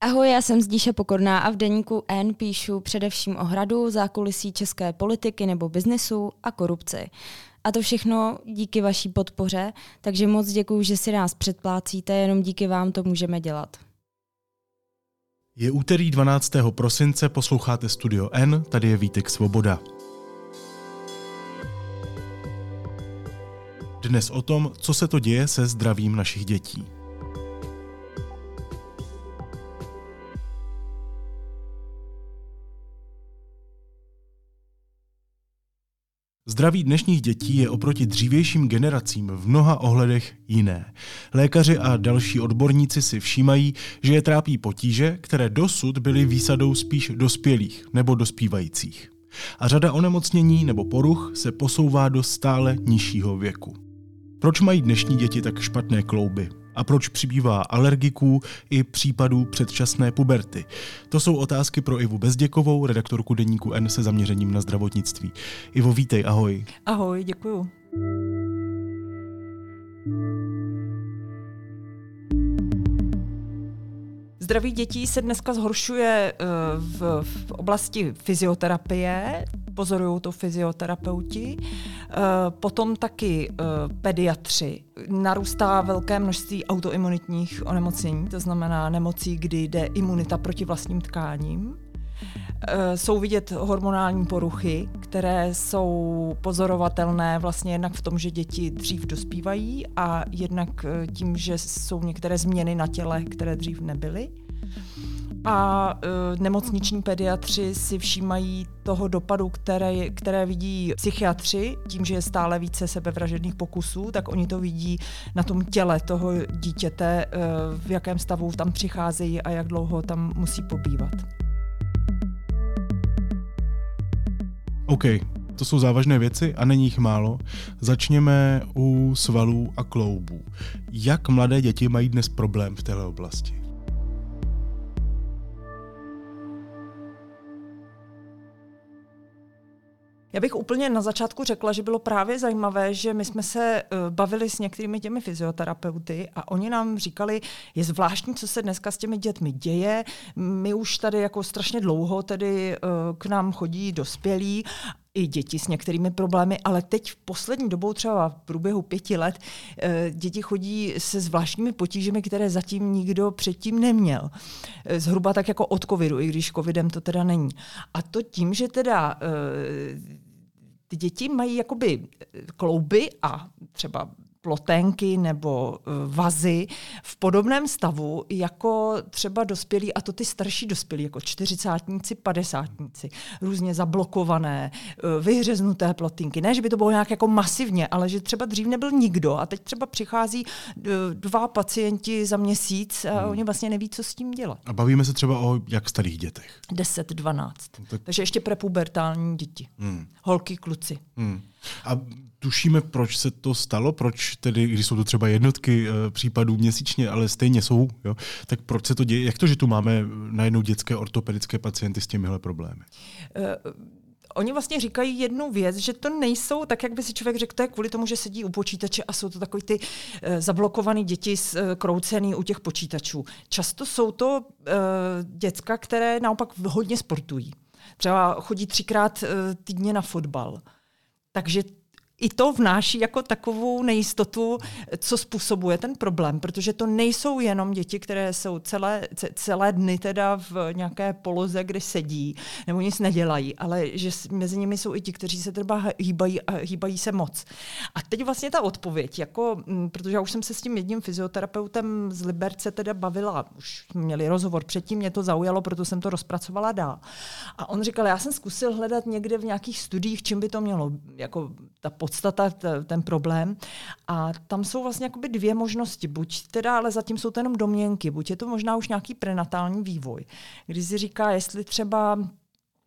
Ahoj, já jsem Zdíša Pokorná a v deníku N píšu především o hradu, zákulisí české politiky nebo biznesu a korupci. A to všechno díky vaší podpoře, takže moc děkuju, že si nás předplácíte, jenom díky vám to můžeme dělat. Je úterý 12. prosince, posloucháte Studio N, tady je Vítek Svoboda. Dnes o tom, co se to děje se zdravím našich dětí. Zdraví dnešních dětí je oproti dřívějším generacím v mnoha ohledech jiné. Lékaři a další odborníci si všímají, že je trápí potíže, které dosud byly výsadou spíš dospělých nebo dospívajících. A řada onemocnění nebo poruch se posouvá do stále nižšího věku. Proč mají dnešní děti tak špatné klouby? A proč přibývá alergiků i případů předčasné puberty? To jsou otázky pro Ivu Bezděkovou, redaktorku deníku N se zaměřením na zdravotnictví. Ivo, vítej, ahoj. Ahoj, děkuju. Zdraví dětí se dneska zhoršuje v oblasti fyzioterapie, pozorují to fyzioterapeuti, potom taky pediatři. Narůstá velké množství autoimunitních onemocnění, to znamená nemocí, kdy jde imunita proti vlastním tkáním. Jsou vidět hormonální poruchy, které jsou pozorovatelné vlastně jednak v tom, že děti dřív dospívají a jednak tím, že jsou některé změny na těle, které dřív nebyly. A nemocniční pediatři si všímají toho dopadu, které vidí psychiatři, tím, že je stále více sebevražedných pokusů, tak oni to vidí na tom těle toho dítěte, v jakém stavu tam přicházejí a jak dlouho tam musí pobývat. OK, to jsou závažné věci a není jich málo. Začněme u svalů a kloubů. Jak mladé děti mají dnes problém v této oblasti? Já bych úplně na začátku řekla, že bylo právě zajímavé, že my jsme se bavili s některými těmi fyzioterapeuty a oni nám říkali, je zvláštní, co se dneska s těmi dětmi děje. My už tady jako strašně dlouho tedy k nám chodí dospělí i děti s některými problémy, ale teď v poslední dobou, třeba v průběhu 5 let, děti chodí se zvláštními potížemi, které zatím nikdo předtím neměl. Zhruba tak jako od covidu, i když covidem to teda není. A to tím, že teda ty děti mají jakoby klouby a třeba ploténky nebo vazy v podobném stavu jako třeba dospělí, a to ty starší dospělí, jako 40, 50, různě zablokované, vyhřeznuté plotínky. Ne, že by to bylo nějak jako masivně, ale že třeba dřív nebyl nikdo a teď třeba přichází 2 pacienti za měsíc a oni vlastně neví, co s tím dělat. A bavíme se třeba o jak starých dětech? 10, 12. Takže ještě prepubertální děti. Holky, kluci. A tušíme, proč se to stalo? Proč tedy, když jsou to třeba jednotky případů měsíčně, ale stejně jsou, jo? Tak proč se to děje? Jak to, že tu máme najednou dětské ortopedické pacienty s těmihle problémy? Oni vlastně říkají jednu věc, že to nejsou, tak jak by si člověk řekl, to je kvůli tomu, že sedí u počítače a jsou to takový ty zablokované děti kroucený u těch počítačů. Často jsou to děcka, které naopak hodně sportují. Třeba chodí 3krát týdně na fotbal. Takže i to vnáší jako takovou nejistotu, co způsobuje ten problém, protože to nejsou jenom děti, které jsou celé dny teda v nějaké poloze, kde sedí nebo nic nedělají, ale že mezi nimi jsou i ti, kteří se třeba hýbají a hýbají se moc. A teď vlastně ta odpověď, jako, protože já už jsem se s tím jedním fyzioterapeutem z Liberce teda bavila, už měli rozhovor předtím, mě to zaujalo, proto jsem to rozpracovala dál. A on říkal, já jsem zkusil hledat někde v nějakých studiích, čím by to mělo, jako ta podstata, ten problém. A tam jsou vlastně jakoby 2 možnosti. Buď teda, ale zatím jsou to jenom domněnky, buď je to možná už nějaký prenatální vývoj, kdy si říká, jestli třeba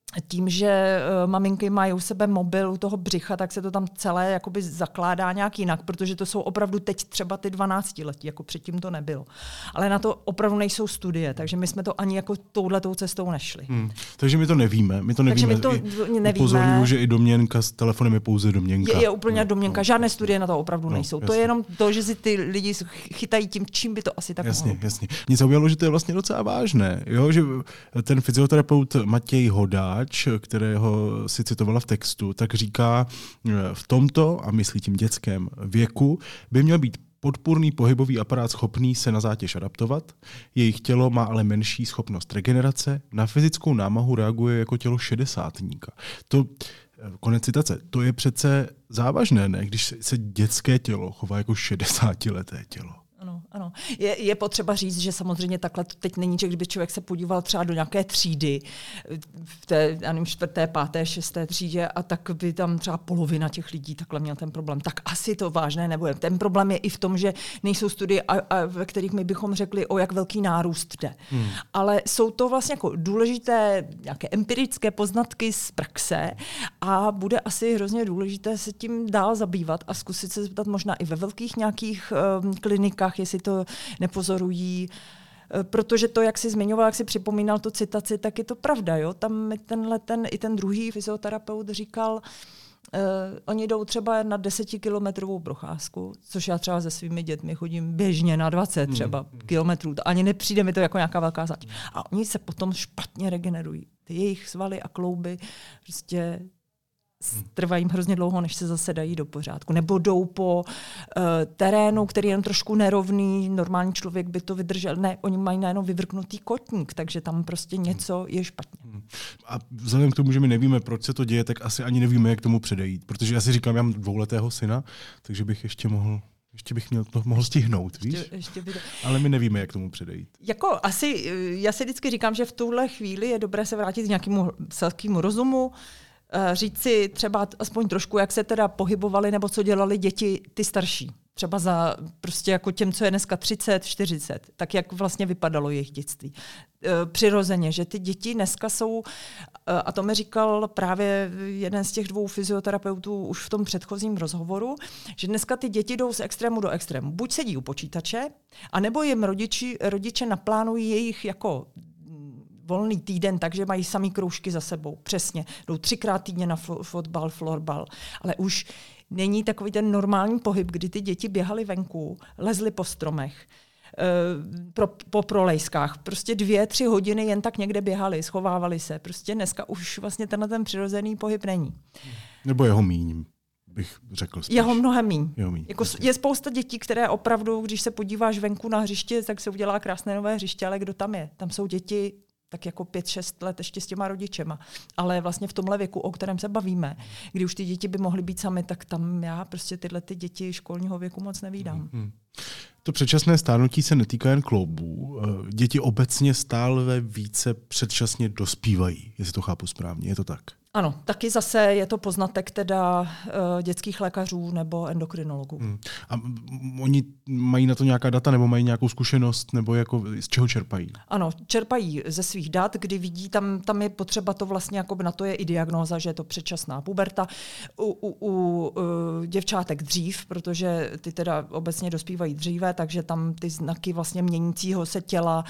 tím, že maminky mají u sebe mobil u toho břicha, tak se to tam celé jakoby zakládá nějak jinak, protože to jsou opravdu teď třeba ty 12letí, jako předtím to nebylo. Ale na to opravdu nejsou studie, takže my jsme to ani jako touhletou cestou nešli. Takže my to nevíme. Takže my to nevíme. Upozorňuji, že i domněnka s telefonem je pouze domněnka. Je úplně domněnka. Žádné studie na to opravdu nejsou. Jasně. To je jenom to, že si ty lidi chytají tím, čím by to asi tak mohlo. Jasně. Mně zaujalo, že to je vlastně docela vážné. Jo? Že ten fyzioterapeut Matěj Hodáč, kterého si citovala v textu, tak říká, v tomto, a myslí tím dětském věku, by měl být podpůrný pohybový aparát schopný se na zátěž adaptovat. Jejich tělo má ale menší schopnost regenerace. Na fyzickou námahu reaguje jako tělo šedesátníka. To, konec citace, to je přece závažné, ne? Když se dětské tělo chová jako 60leté tělo. Ano. Je potřeba říct, že samozřejmě takhle to teď není, že kdyby člověk se podíval třeba do nějaké třídy, v té, já nevím, 4., 5., 6. třídě a tak by tam třeba polovina těch lidí takhle měl ten problém. Tak asi to vážné nebude. Ten problém je i v tom, že nejsou studie, ve kterých my bychom řekli, o jak velký nárůst jde. Ale jsou to vlastně jako důležité nějaké empirické poznatky z praxe a bude asi hrozně důležité se tím dál zabývat a zkusit se zeptat možná i ve velkých nějakých klinikách, jestli to nepozorují, protože to, jak jsi zmiňoval, jak jsi připomínal tu citaci, tak je to pravda. Jo? Tam i ten druhý fyzioterapeut říkal, oni jdou třeba na 10kilometrovou procházku, což já třeba se svými dětmi chodím běžně na 20 třeba kilometrů. Ani nepřijde mi to jako nějaká velká zátěž. A oni se potom špatně regenerují. Ty jejich svaly a klouby prostě trvají hrozně dlouho, než se zase dají do pořádku. Nebo jdou po terénu, který je jen trošku nerovný, normální člověk by to vydržel. Ne, oni mají najednou vyvrknutý kotník, takže tam prostě něco je špatně. A vzhledem k tomu, že my nevíme, proč se to děje, tak asi ani nevíme, jak tomu předejít. Protože já si říkám, já mám 2letého syna, takže bych ještě mohl stihnout, víš? Ale my nevíme, jak tomu předejít. Jako asi, já si vždycky říkám, že v tuhle chvíli je dobré se vrátit k nějakému selskému rozumu, říct si třeba aspoň trošku, jak se teda pohybovali nebo co dělali děti ty starší. Třeba za prostě jako těm, co je dneska 30, 40, tak jak vlastně vypadalo jejich dětství. Přirozeně, že ty děti dneska jsou, a to mi říkal právě jeden z těch 2 fyzioterapeutů už v tom předchozím rozhovoru, že dneska ty děti jdou z extrému do extrému. Buď sedí u počítače, anebo jim rodiče naplánují jejich jako volný týden, takže mají samý kroužky za sebou. Přesně. Jdou 3krát týdně na fotbal, florbal. Ale už není takový ten normální pohyb, kdy ty děti běhaly venku, lezly po stromech, po prolejskách. Prostě 2-3 hodiny jen tak někde běhali, schovávali se. Prostě dneska už vlastně ten přirozený pohyb není. Nebo jeho míň, bych řekl spíš. Jeho mnohem míň. Jako je spousta dětí, které opravdu, když se podíváš venku na hřiště, tak se udělá krásné nové hřiště, ale kdo tam je? Tam jsou děti tak jako 5-6 let ještě s těma rodičema. Ale vlastně v tomhle věku, o kterém se bavíme, kdy už ty děti by mohly být samy, tak tam já prostě tyhle ty děti školního věku moc nevídám. To předčasné stárnutí se netýká jen kloubů. Děti obecně stále více předčasně dospívají, jestli to chápu správně. Je to tak? Ano, taky zase je to poznatek teda dětských lékařů nebo endokrinologů. A oni mají na to nějaká data nebo mají nějakou zkušenost nebo jako z čeho čerpají? Ano, čerpají ze svých dat, kdy vidí, tam je potřeba to vlastně, jako na to je i diagnóza, že je to předčasná puberta. U děvčátek dřív, protože ty teda obecně dospívají dříve, takže tam ty znaky vlastně měnícího se těla,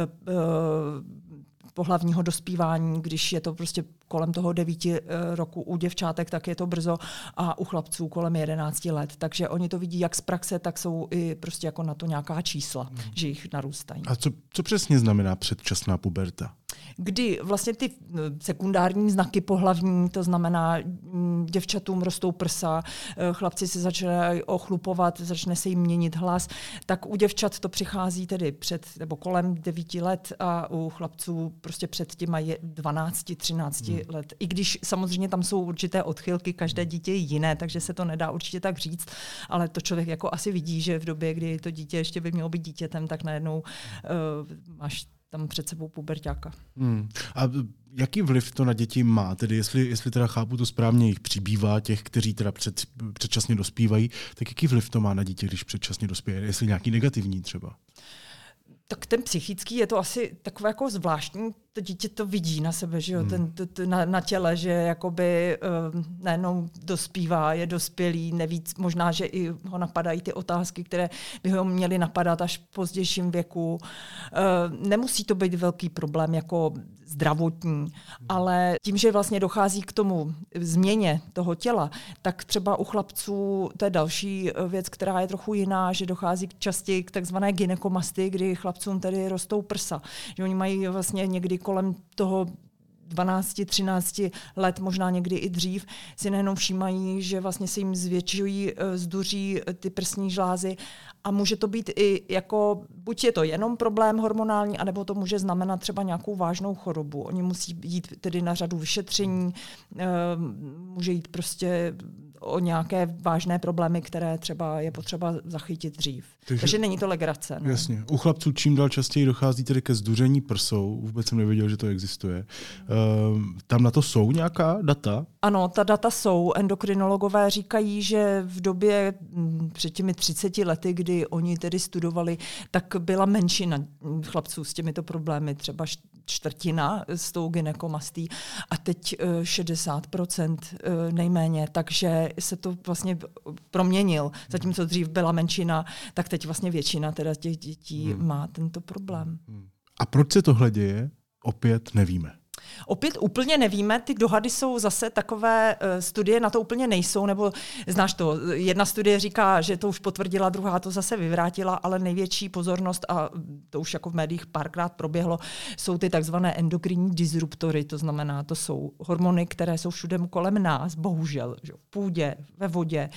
pohlavního dospívání, když je to prostě kolem toho 9 roku u děvčátek, tak je to brzo a u chlapců kolem 11 let. Takže oni to vidí jak z praxe, tak jsou i prostě jako na to nějaká čísla, že jich narůstají. A co přesně znamená předčasná puberta? Kdy vlastně ty sekundární znaky pohlavní, to znamená děvčatům rostou prsa, chlapci se začínají ochlupovat, začne se jim měnit hlas, tak u děvčat to přichází tedy před nebo kolem 9 let a u chlapců prostě před těma 12, 13 let. I když samozřejmě tam jsou určité odchylky, každé dítě je jiné, takže se to nedá určitě tak říct, ale to člověk jako asi vidí, že v době, kdy to dítě ještě by mělo být dítětem, tak najednou máš tam před sebou puberťáka. A jaký vliv to na děti má? Tedy jestli teda chápu to správně, jich přibývá těch, kteří teda předčasně dospívají, tak jaký vliv to má na dítě, když předčasně dospěje? Jestli nějaký negativní třeba? Tak ten psychický je to asi takové jako zvláštní, to dítě to vidí na sebe, že jo? Na těle, že jakoby najednou dospívá, je dospělý, neví, možná, že i ho napadají ty otázky, které by ho měly napadat až v pozdějším věku. Nemusí to být velký problém jako zdravotní, ale tím, že vlastně dochází k tomu změně toho těla, tak třeba u chlapců, to je další věc, která je trochu jiná, že dochází častěji k takzvané gynekomastii, kdy chlapcům tedy rostou prsa. Že oni mají vlastně někdy kolem toho 12, 13 let, možná někdy i dřív, si nejenom všímají, že vlastně se jim zvětšují, zduří ty prsní žlázy a může to být i jako, buď je to jenom problém hormonální, anebo to může znamenat třeba nějakou vážnou chorobu. Oni musí jít tedy na řadu vyšetření, může jít prostě o nějaké vážné problémy, které třeba je potřeba zachytit dřív. Takže není to legrace. No. Jasně. U chlapců čím dál častěji dochází tedy ke zduření prsou. Vůbec jsem nevěděl, že to existuje. Tam na to jsou nějaká data? Ano, ta data jsou. Endokrinologové říkají, že v době před těmi 30 lety, kdy oni tedy studovali, tak byla menšina chlapců s těmito problémy, třeba čtvrtina s tou gynekomastí a teď 60% nejméně, takže se to vlastně proměnil. Zatímco dřív byla menšina, tak teď vlastně většina teda těch dětí má tento problém. A proč se tohle děje? Opět nevíme. Opět úplně nevíme, ty dohady jsou zase takové, studie na to úplně nejsou, nebo znáš to, jedna studie říká, že to už potvrdila, druhá to zase vyvrátila, ale největší pozornost, a to už jako v médiích párkrát proběhlo, jsou ty takzvané endokrinní disruptory, to znamená, to jsou hormony, které jsou všude kolem nás, bohužel, že v půdě, ve vodě,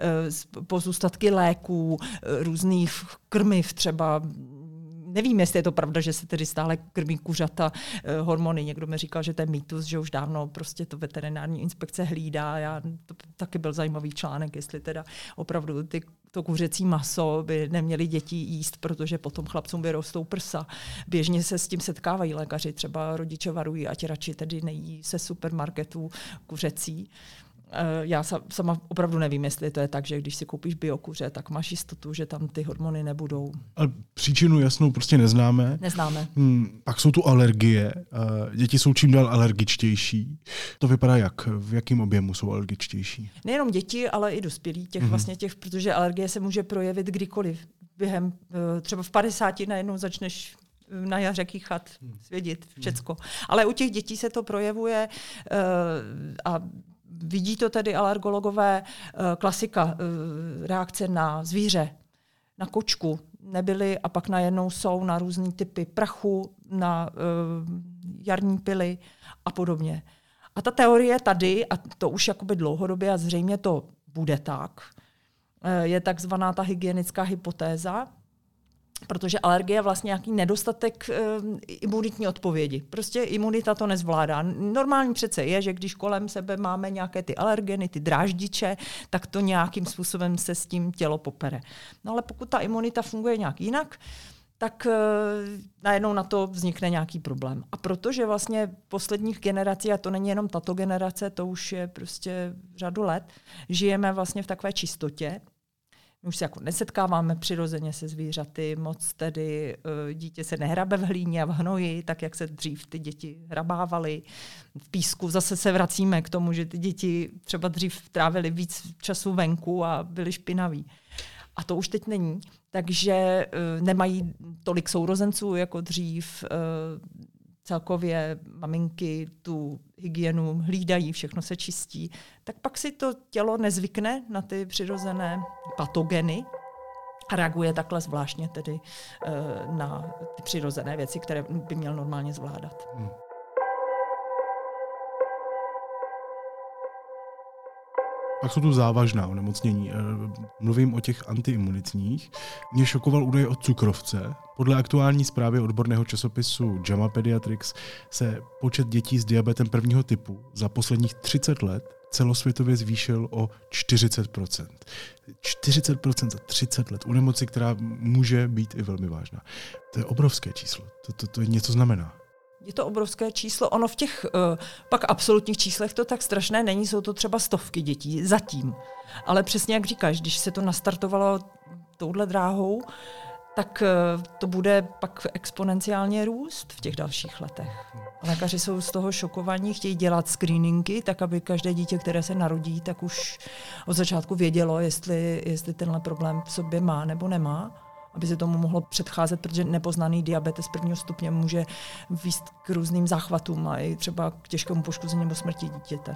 pozůstatky léků, různých krmiv třeba. Nevím, jestli je to pravda, že se tedy stále krmí kuřata hormony. Někdo mi říkal, že to je mýtus, že už dávno prostě to veterinární inspekce hlídá. To taky byl zajímavý článek, jestli teda opravdu to kuřecí maso by neměli děti jíst, protože potom chlapcům vyrostou prsa. Běžně se s tím setkávají lékaři, třeba rodiče varují, ať radši tedy nejí se supermarketů kuřecí. Já sama opravdu nevím, jestli to je tak, že když si koupíš biokuře, tak máš jistotu, že tam ty hormony nebudou. Ale příčinu jasnou prostě neznáme. Neznáme. Pak jsou tu alergie. Děti jsou čím dál alergičtější. To vypadá jak? V jakém objemu jsou alergičtější? Nejenom děti, ale i dospělí. Protože alergie se může projevit kdykoliv. Během třeba v 50 najednou začneš na jaře kýchat, svědit, všecko. Ale u těch dětí se to projevuje a vidí to tedy alergologové, klasika, reakce na zvíře, na kočku nebyly a pak najednou jsou na různý typy prachu, na jarní pily a podobně. A ta teorie tady, a to už jakoby dlouhodobě a zřejmě to bude tak, je takzvaná ta hygienická hypotéza, protože alergie je vlastně nějaký nedostatek imunitní odpovědi. Prostě imunita to nezvládá. Normální přece je, že když kolem sebe máme nějaké ty alergeny, ty dráždiče, tak to nějakým způsobem se s tím tělo popere. No ale pokud ta imunita funguje nějak jinak, tak najednou na to vznikne nějaký problém. A protože vlastně posledních generací, a to není jenom tato generace, to už je prostě řadu let, žijeme vlastně v takové čistotě. My už se jako nesetkáváme přirozeně se zvířaty, moc tedy dítě se nehrabe v hlíně a v hnoji, tak jak se dřív ty děti hrabávaly v písku. Zase se vracíme k tomu, že ty děti třeba dřív trávily víc času venku a byly špinaví. A to už teď není. Takže nemají tolik sourozenců jako dřív. Celkově maminky tu hygienu hlídají, všechno se čistí, tak pak si to tělo nezvykne na ty přirozené patogeny a reaguje takhle zvláštně tedy na ty přirozené věci, které by měl normálně zvládat. Pak jsou tu závažná onemocnění. Mluvím o těch antiimunitních. Mě šokoval údaj o cukrovce. Podle aktuální zprávy odborného časopisu JAMA Pediatrics se počet dětí s diabetem prvního typu za posledních 30 let celosvětově zvýšil o 40%. 40% za 30 let u nemoci, která může být i velmi vážná. To je obrovské číslo. To něco znamená. Je to obrovské číslo. Ono v těch pak absolutních číslech to tak strašné není, jsou to třeba stovky dětí zatím. Ale přesně jak říkáš, když se to nastartovalo touhle dráhou, tak to bude pak exponenciálně růst v těch dalších letech. Lékaři jsou z toho šokovaní, chtějí dělat screeningy, tak aby každé dítě, které se narodí, tak už od začátku vědělo, jestli tenhle problém v sobě má nebo nemá, aby se tomu mohlo předcházet, protože nepoznaný diabetes prvního stupně může vést k různým záchvatům a i třeba k těžkému poškození nebo smrti dítěte.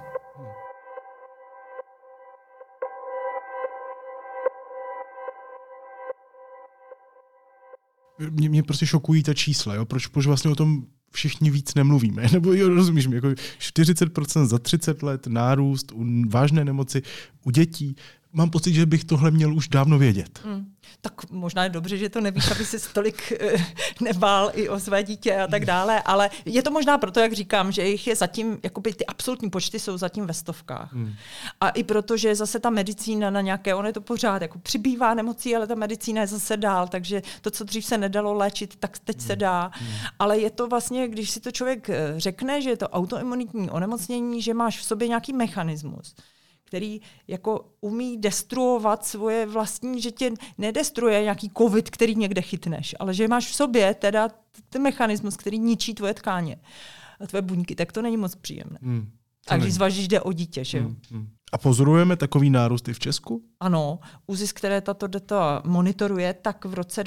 Mě prostě šokují ta čísla, jo? Proč vlastně o tom všichni víc nemluvíme? Nebo jo, rozumíš mi, jako 40% za 30 let nárůst u vážné nemoci u dětí. Mám pocit, že bych tohle měl už dávno vědět. Tak možná je dobře, že to nevíš, aby si tolik nebál i o své dítě a tak dále, ale je to možná proto, jak říkám, že jich je zatím, jakoby ty absolutní počty jsou zatím ve stovkách. A i proto, že zase ta medicína na nějaké, ono je to pořád, jako přibývá nemocí, ale ta medicína je zase dál, takže to, co dřív se nedalo léčit, tak teď se dá. Ale je to vlastně, když si to člověk řekne, že je to autoimunitní onemocnění, že máš v sobě nějaký mechanismus, který jako umí destruovat svoje vlastní, že tě nedestruuje nějaký covid, který někde chytneš, ale že máš v sobě teda ten mechanismus, který ničí tvoje tkáně a tvoje buňky, tak to není moc příjemné. A když zvažíš, jde o dítě, že jo? A pozorujeme takový nárůst i v Česku? Ano, ÚZIS, které tato data monitoruje, tak v roce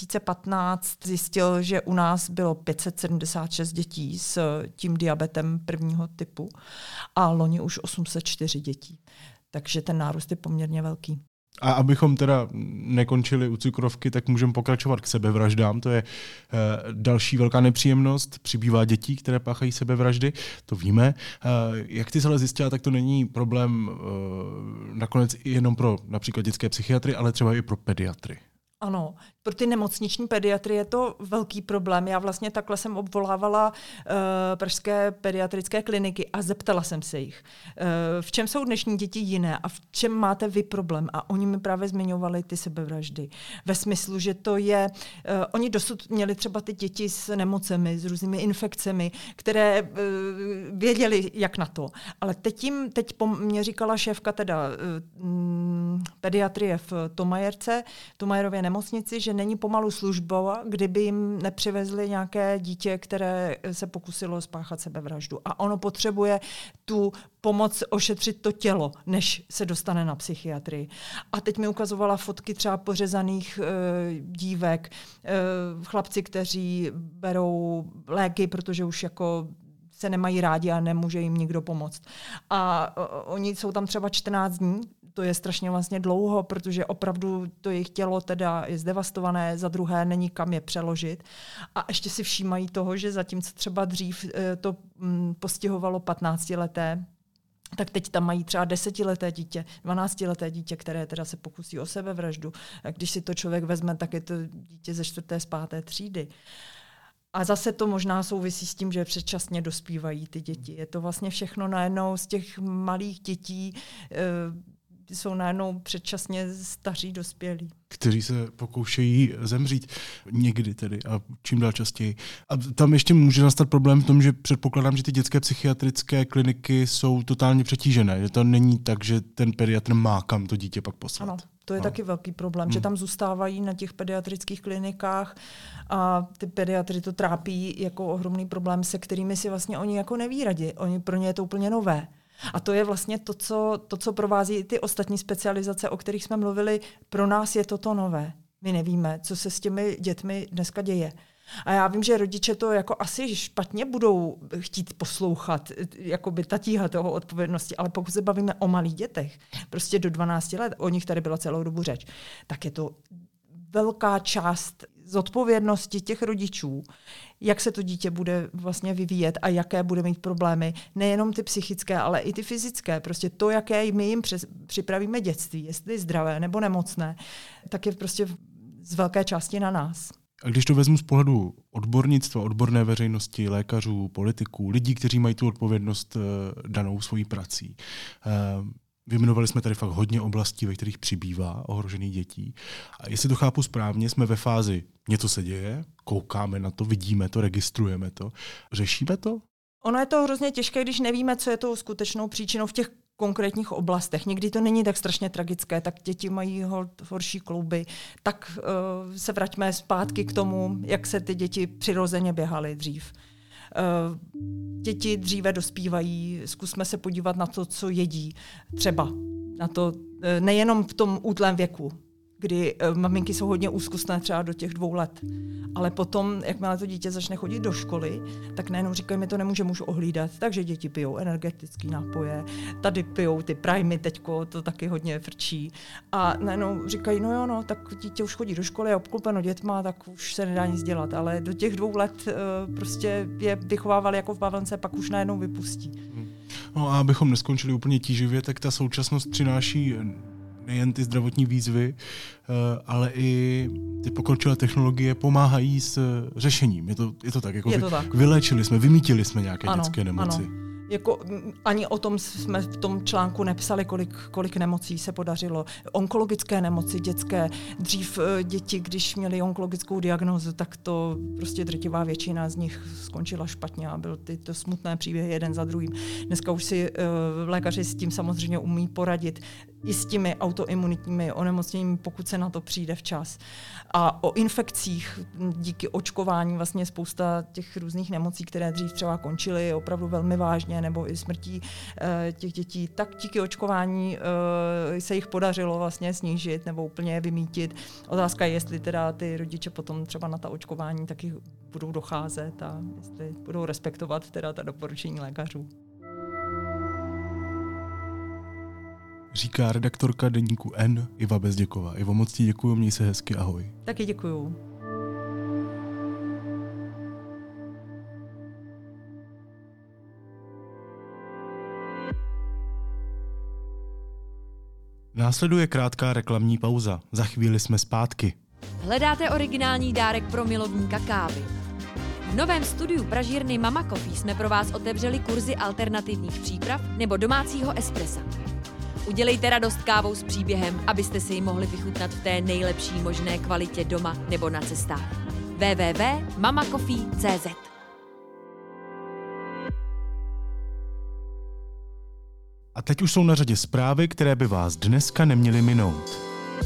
2015 zjistil, že u nás bylo 576 dětí s tím diabetem prvního typu a loni už 804 dětí. Takže ten nárůst je poměrně velký. A abychom teda nekončili u cukrovky, tak můžeme pokračovat k sebevraždám. To je další velká nepříjemnost. Přibývá dětí, které páchají sebevraždy, to víme. Jak ty se ale zjistila, tak to není problém nakonec jenom pro například dětské psychiatry, ale třeba i pro pediatry. Ano, pro ty nemocniční pediatry je to velký problém. Já vlastně takhle jsem obvolávala pražské pediatrické kliniky a zeptala jsem se jich, v čem jsou dnešní děti jiné a v čem máte vy problém. A oni mi právě zmiňovali ty sebevraždy. Ve smyslu, že to je, oni dosud měli třeba ty děti s nemocemi, s různými infekcemi, které věděli, jak na to. Ale teď mě říkala šéfka teda pediatrie v Thomayerově nemocnici, že není pomalu služba, kdyby jim nepřivezli nějaké dítě, které se pokusilo spáchat sebevraždu. A ono potřebuje tu pomoc ošetřit to tělo, než se dostane na psychiatrii. A teď mi ukazovala fotky třeba pořezaných dívek, chlapci, kteří berou léky, protože už jako se nemají rádi a nemůže jim nikdo pomoct. A oni jsou tam třeba 14 dní, to je strašně vlastně dlouho, protože opravdu to jejich tělo teda je zdevastované, za druhé není kam je přeložit. A ještě si všímají toho, že zatímco třeba dřív to postihovalo 15leté, tak teď tam mají třeba 10leté dítě, 12leté dítě, které teda se pokusí o sebevraždu. A když si to člověk vezme, tak je to dítě ze 4., 5. třídy. A zase to možná souvisí s tím, že předčasně dospívají ty děti. Je to vlastně všechno najednou z těch malých dětí, jsou najednou předčasně staří dospělí. Kteří se pokoušejí zemřít někdy tedy a čím dál častěji. A tam ještě může nastat problém v tom, že předpokládám, že ty dětské psychiatrické kliniky jsou totálně přetížené. Že to není tak, že ten pediatr má kam to dítě pak poslat. Ano, to je taky velký problém, že tam zůstávají na těch pediatrických klinikách a ty pediatry to trápí jako ohromný problém, se kterými si vlastně oni jako neví rady. Pro ně je to úplně nové. A to je vlastně to, co provází ty ostatní specializace, o kterých jsme mluvili. Pro nás je toto nové. My nevíme, co se s těmi dětmi dneska děje. A já vím, že rodiče to jako asi špatně budou chtít poslouchat, jakoby ta tíha toho odpovědnosti, ale pokud se bavíme o malých dětech, prostě do 12 let, o nich tady byla celou dobu řeč, tak je to velká část zodpovědnosti těch rodičů, jak se to dítě bude vlastně vyvíjet a jaké bude mít problémy, nejenom ty psychické, ale i ty fyzické. Prostě to, jaké my jim připravíme dětství, jestli zdravé nebo nemocné, tak je prostě z velké části na nás. A když to vezmu z pohledu odbornictva, odborné veřejnosti, lékařů, politiků, lidí, kteří mají tu odpovědnost danou svojí prací, vyjmenovali jsme tady fakt hodně oblastí, ve kterých přibývá ohrožených dětí. A jestli to chápu správně, jsme ve fázi něco se děje, koukáme na to, vidíme to, registrujeme to. Řešíme to? Ono je to hrozně těžké, když nevíme, co je tou skutečnou příčinou v těch konkrétních oblastech. Někdy to není tak strašně tragické, tak děti mají horší klouby. Tak se vraťme zpátky k tomu, jak se ty děti přirozeně běhaly dřív. Děti dříve dospívají, zkusme se podívat na to, co jedí. Třeba na to nejenom v tom útlém věku, kdy maminky jsou hodně úzkostné třeba do těch 2 let. Ale potom, jakmile to dítě začne chodit do školy, tak najednou říkají, my to nemůžeme už ohlídat. Takže děti pijou energetické nápoje, tady pijou ty primy, teďko to taky hodně frčí. A najednou říkají, no, tak dítě už chodí do školy, je obklopeno dětma, tak už se nedá nic dělat. Ale do těch 2 let prostě je vychovávali jako v bavlnce, pak už najednou vypustí. No a abychom neskončili úplně tíživě, tak ta současnost přináší nejen ty zdravotní výzvy, ale i ty pokročilé technologie pomáhají s řešením. Je to tak, jako je to tak. Vyléčili jsme, vymítili jsme nějaké dětské nemoci. Ano. Jako, ani o tom jsme v tom článku nepsali, kolik nemocí se podařilo. Onkologické nemoci dětské. Dřív děti, když měly onkologickou diagnózu, tak to prostě drtivá většina z nich skončila špatně a byl tyto smutné příběhy jeden za druhým. Dneska už si lékaři s tím samozřejmě umí poradit i s těmi autoimunitními onemocněními, pokud se na to přijde včas. A o infekcích díky očkování vlastně spousta těch různých nemocí, které dřív třeba končily opravdu velmi vážně, nebo i smrtí těch dětí, tak díky očkování se jich podařilo vlastně snížit nebo úplně vymítit. Otázka je, jestli teda ty rodiče potom třeba na ta očkování taky budou docházet a jestli budou respektovat teda ta doporučení lékařů. Říká redaktorka deníku N Iva Bezděková. Ivo, moc ti děkuju, měj se hezky, ahoj. Taky děkuju. Následuje krátká reklamní pauza. Za chvíli jsme zpátky. Hledáte originální dárek pro milovníka kávy? V novém studiu pražírny Mama Coffee jsme pro vás otevřeli kurzy alternativních příprav nebo domácího espressa. Udělejte radost kávou s příběhem, abyste si ji mohli vychutnat v té nejlepší možné kvalitě doma nebo na cestách. www.mamacoffee.cz. A teď už jsou na řadě zprávy, které by vás dneska neměly minout.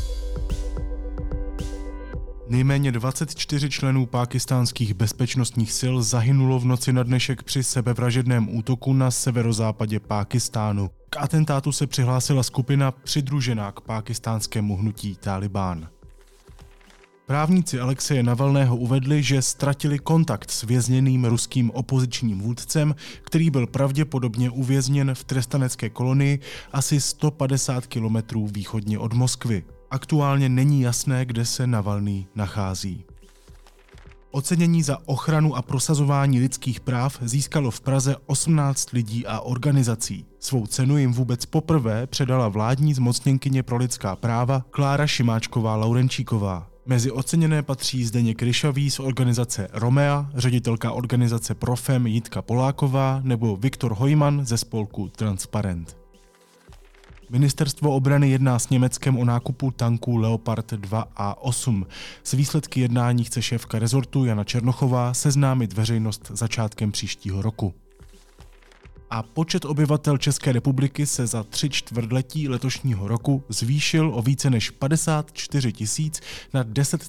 Nejméně 24 členů pákistánských bezpečnostních sil zahynulo v noci na dnešek při sebevražedném útoku na severozápadě Pákistánu. K atentátu se přihlásila skupina přidružená k pákistánskému hnutí Tálibán. Právníci Alexeje Navalného uvedli, že ztratili kontakt s vězněným ruským opozičním vůdcem, který byl pravděpodobně uvězněn v trestanecké kolonii asi 150 kilometrů východně od Moskvy. Aktuálně není jasné, kde se Navalný nachází. Ocenění za ochranu a prosazování lidských práv získalo v Praze 18 lidí a organizací. Svou cenu jim vůbec poprvé předala vládní zmocněnkyně pro lidská práva Klára Šimáčková-Laurenčíková. Mezi oceněné patří Zdeněk Ryšavý z organizace Romea, ředitelka organizace Profem Jitka Poláková nebo Viktor Hojman ze spolku Transparent. Ministerstvo obrany jedná s Německem o nákupu tanků Leopard 2 a 8. S výsledky jednání chce šéfka rezortu Jana Černochová seznámit veřejnost začátkem příštího roku. A počet obyvatel České republiky se za 3 čtvrtletí letošního roku zvýšil o více než 54 000 na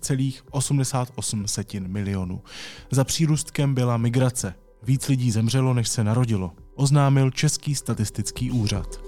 10,88 milionů. Za přírůstkem byla migrace. Víc lidí zemřelo, než se narodilo, oznámil Český statistický úřad.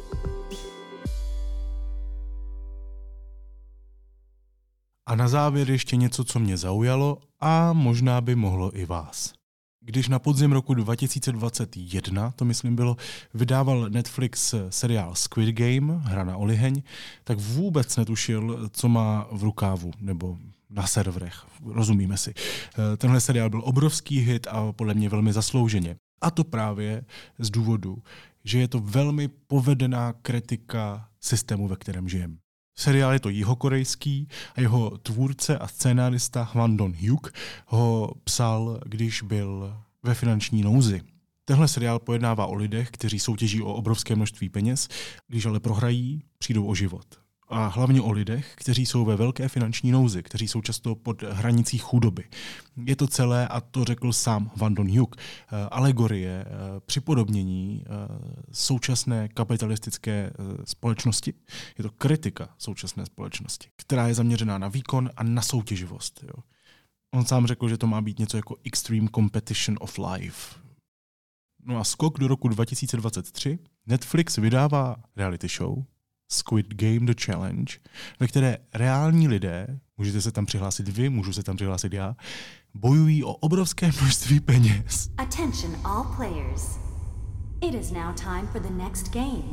A na závěr ještě něco, co mě zaujalo a možná by mohlo i vás. Když na podzim roku 2021, to myslím bylo, vydával Netflix seriál Squid Game, hra na oliheň, tak vůbec netušil, co má v rukávu nebo na serverech, rozumíme si. Tenhle seriál byl obrovský hit a podle mě velmi zaslouženě. A to právě z důvodu, že je to velmi povedená kritika systému, ve kterém žijeme. Seriál je to jihokorejský a jeho tvůrce a scénárista Hwan Dong-hyuk ho psal, když byl ve finanční nouzi. Tenhle seriál pojednává o lidech, kteří soutěží o obrovské množství peněz, když ale prohrají, přijdou o život. A hlavně o lidech, kteří jsou ve velké finanční nouzi, kteří jsou často pod hranicí chudoby. Je to celé, a to řekl sám Van Don Hyuk, alegorie, připodobnění současné kapitalistické společnosti. Je to kritika současné společnosti, která je zaměřená na výkon a na soutěživost. Jo. On sám řekl, že to má být něco jako extreme competition of life. No a skok do roku 2023. Netflix vydává reality show Squid Game The Challenge, ve které reální lidé, můžete se tam přihlásit vy, můžu se tam přihlásit já, bojují o obrovské množství peněz. Attention all players. It is now time for the next game.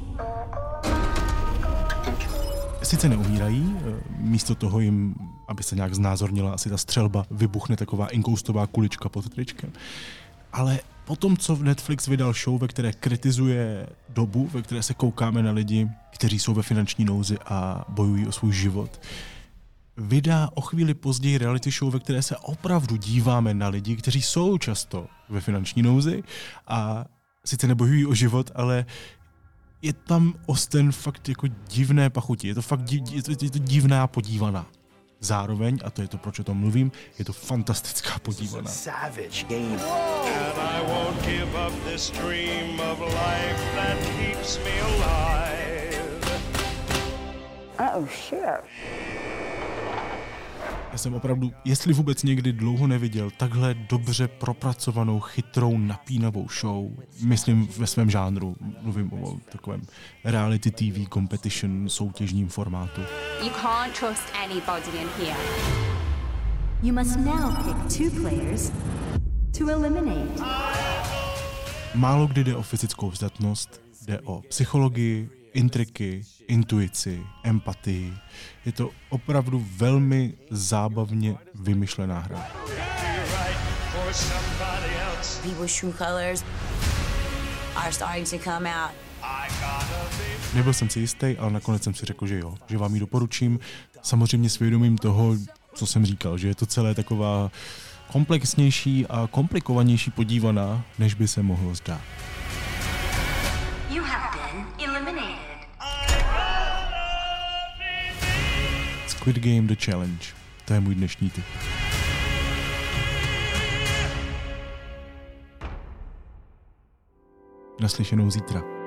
Sice neumírají, místo toho jim, aby se nějak znázornila asi ta střelba, vybuchne taková inkoustová kulička pod tričkem. Ale potom, co Netflix vydal show, ve které kritizuje dobu, ve které se koukáme na lidi, kteří jsou ve finanční nouzi a bojují o svůj život, vydá o chvíli později reality show, ve které se opravdu díváme na lidi, kteří jsou často ve finanční nouzi a sice nebojují o život, ale je tam osten fakt jako divné pachuti. Je to fakt je to divná podívaná. Zároveň, a to je to, proč o tom mluvím, je to fantastická podívaná. Já jsem opravdu, jestli vůbec někdy dlouho neviděl takhle dobře propracovanou, chytrou, napínavou show, myslím ve svém žánru, mluvím o takovém reality TV competition soutěžním formátu. You can't trust anybody in here. You must now pick 2 players to eliminate. Málo kdy jde o fyzickou vzdatnost, jde o psychologii, intriky, intuici, empatii. Je to opravdu velmi zábavně vymyšlená hra. People's true colors are starting to come out. Nebyl jsem si jistý, ale nakonec jsem si řekl, že jo, že vám ji doporučím. Samozřejmě svědomím toho, co jsem říkal, že je to celé taková komplexnější a komplikovanější podívaná, než by se mohlo zdát. You have been eliminated. Squid Game The Challenge. To je můj dnešní tip. Naslyšenou zítra.